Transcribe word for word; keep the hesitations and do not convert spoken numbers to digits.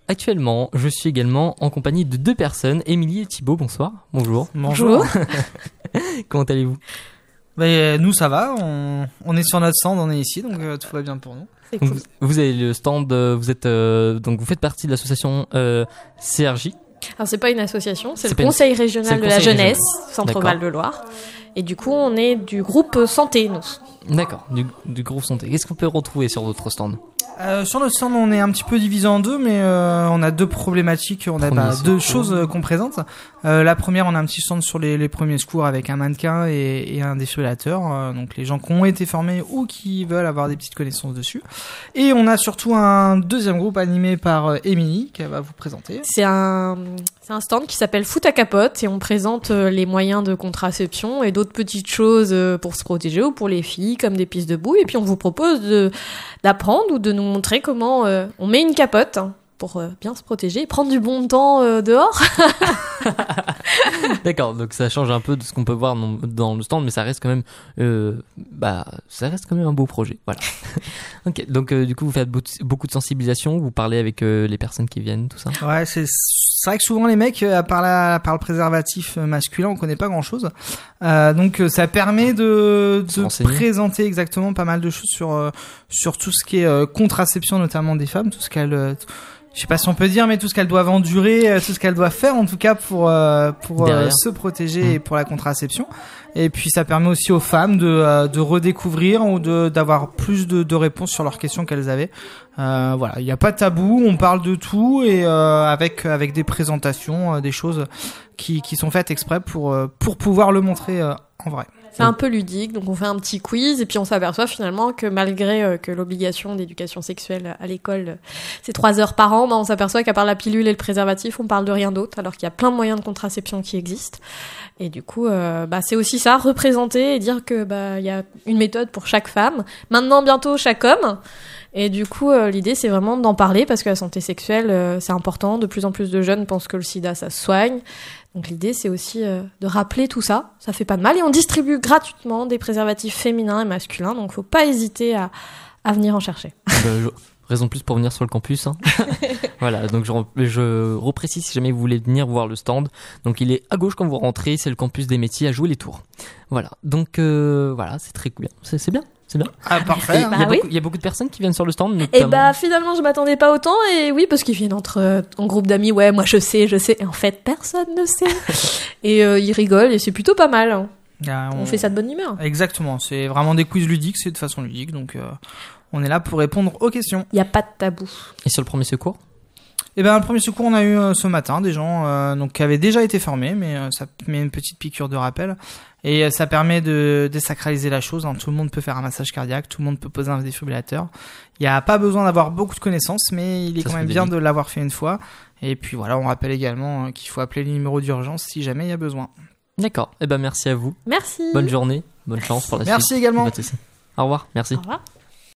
actuellement, je suis également en compagnie de deux personnes, Émilie et Thibaut. Bonsoir. Bonjour. Bonjour. Comment allez-vous ? Ben, nous, ça va. On, on est sur notre stand, on est ici, donc euh, tout va bien pour nous. C'est cool. Vous, vous avez le stand, vous êtes euh, donc vous faites partie de l'association euh, C R J. Alors c'est pas une association, c'est, c'est le Conseil une... régional c'est le de conseil la jeunesse, régional. Centre-Val de Loire. Et du coup, on est du groupe santé, nous. D'accord, du, du groupe santé. Qu'est-ce qu'on peut retrouver sur votre stand ? Euh, sur notre stand, on est un petit peu divisé en deux, mais euh, on a deux problématiques, on a bah, deux choses euh, qu'on présente. Euh, la première, on a un petit stand sur les, les premiers secours avec un mannequin et, et un défibrillateur, euh, donc les gens qui ont été formés ou qui veulent avoir des petites connaissances dessus. Et on a surtout un deuxième groupe animé par euh, Émilie, qui va vous présenter. C'est un, c'est un stand qui s'appelle Foot à capote et on présente euh, les moyens de contraception et d'autres petites choses euh, pour se protéger ou pour les filles, comme des pistes debout. Et puis on vous propose de, d'apprendre ou de nous montrer comment euh, on met une capote hein, pour euh, bien se protéger et prendre du bon temps euh, dehors. D'accord, donc ça change un peu de ce qu'on peut voir dans, dans le stand, mais ça reste quand même, euh, bah, ça reste quand même un beau projet. Voilà. Ok, donc euh, du coup vous faites beaucoup de sensibilisation, vous parlez avec euh, les personnes qui viennent, tout ça. Ouais, c'est c'est vrai que souvent les mecs, à part la, à part le préservatif masculin, on connaît pas grand chose. Euh, donc ça permet de, de présenter exactement pas mal de choses sur euh, sur tout ce qui est euh, contraception, notamment des femmes, tout ce qu'elles euh, je sais pas si on peut dire, mais tout ce qu'elles doivent endurer, tout ce qu'elles doivent faire, en tout cas pour euh, pour euh, se protéger mmh. et pour la contraception. Et puis ça permet aussi aux femmes de euh, de redécouvrir ou de d'avoir plus de, de réponses sur leurs questions qu'elles avaient. Euh, voilà, il y a pas de tabou, on parle de tout et euh, avec avec des présentations, euh, des choses qui qui sont faites exprès pour euh, pour pouvoir le montrer euh, en vrai. C'est un peu ludique, donc on fait un petit quiz et puis on s'aperçoit finalement que malgré euh, que l'obligation d'éducation sexuelle à l'école, euh, c'est trois heures par an, bah on s'aperçoit qu'à part la pilule et le préservatif, on parle de rien d'autre, alors qu'il y a plein de moyens de contraception qui existent. Et du coup, euh, bah c'est aussi ça, représenter et dire que bah il y a une méthode pour chaque femme. Maintenant, bientôt chaque homme. Et du coup, euh, l'idée, c'est vraiment d'en parler parce que la santé sexuelle, euh, c'est important. De plus en plus de jeunes pensent que le sida, ça se soigne. Donc l'idée, c'est aussi euh, de rappeler tout ça. Ça fait pas de mal. Et on distribue gratuitement des préservatifs féminins et masculins. Donc faut pas hésiter à, à venir en chercher. Euh, je... Raison de plus pour venir sur le campus. Hein. Voilà, donc je, je reprécise si jamais vous voulez venir voir le stand. Donc il est à gauche quand vous rentrez, c'est le campus des métiers à Jouer-les-Tours. Voilà, donc euh, voilà, c'est très bien. C'est, c'est bien. C'est bien. Ah, parfait. Il bah, y, oui. y a beaucoup de personnes qui viennent sur le stand. Et bah, finalement, je m'attendais pas autant. Et oui, parce qu'ils viennent entre, euh, en groupe d'amis. Ouais, moi, je sais, je sais. Et en fait, personne ne sait. Et euh, ils rigolent et c'est plutôt pas mal. Hein. Ah, on... on fait ça de bonne humeur. Exactement. C'est vraiment des quiz ludiques. C'est de façon ludique. Donc, euh, on est là pour répondre aux questions. Il n'y a pas de tabou. Et sur le premier secours ? Eh ben, le premier secours, on a eu euh, ce matin des gens euh, donc, qui avaient déjà été formés, mais euh, ça met une petite piqûre de rappel. Et euh, ça permet de désacraliser la chose. Hein. Tout le monde peut faire un massage cardiaque, tout le monde peut poser un défibrillateur. Il n'y a pas besoin d'avoir beaucoup de connaissances, mais il est ça quand même bien de l'avoir fait une fois. Et puis voilà, on rappelle également euh, qu'il faut appeler le numéro d'urgence si jamais il y a besoin. D'accord. Eh ben, merci à vous. Merci. Bonne journée, bonne chance pour la merci suite. Merci également. Au revoir. Merci. Au revoir.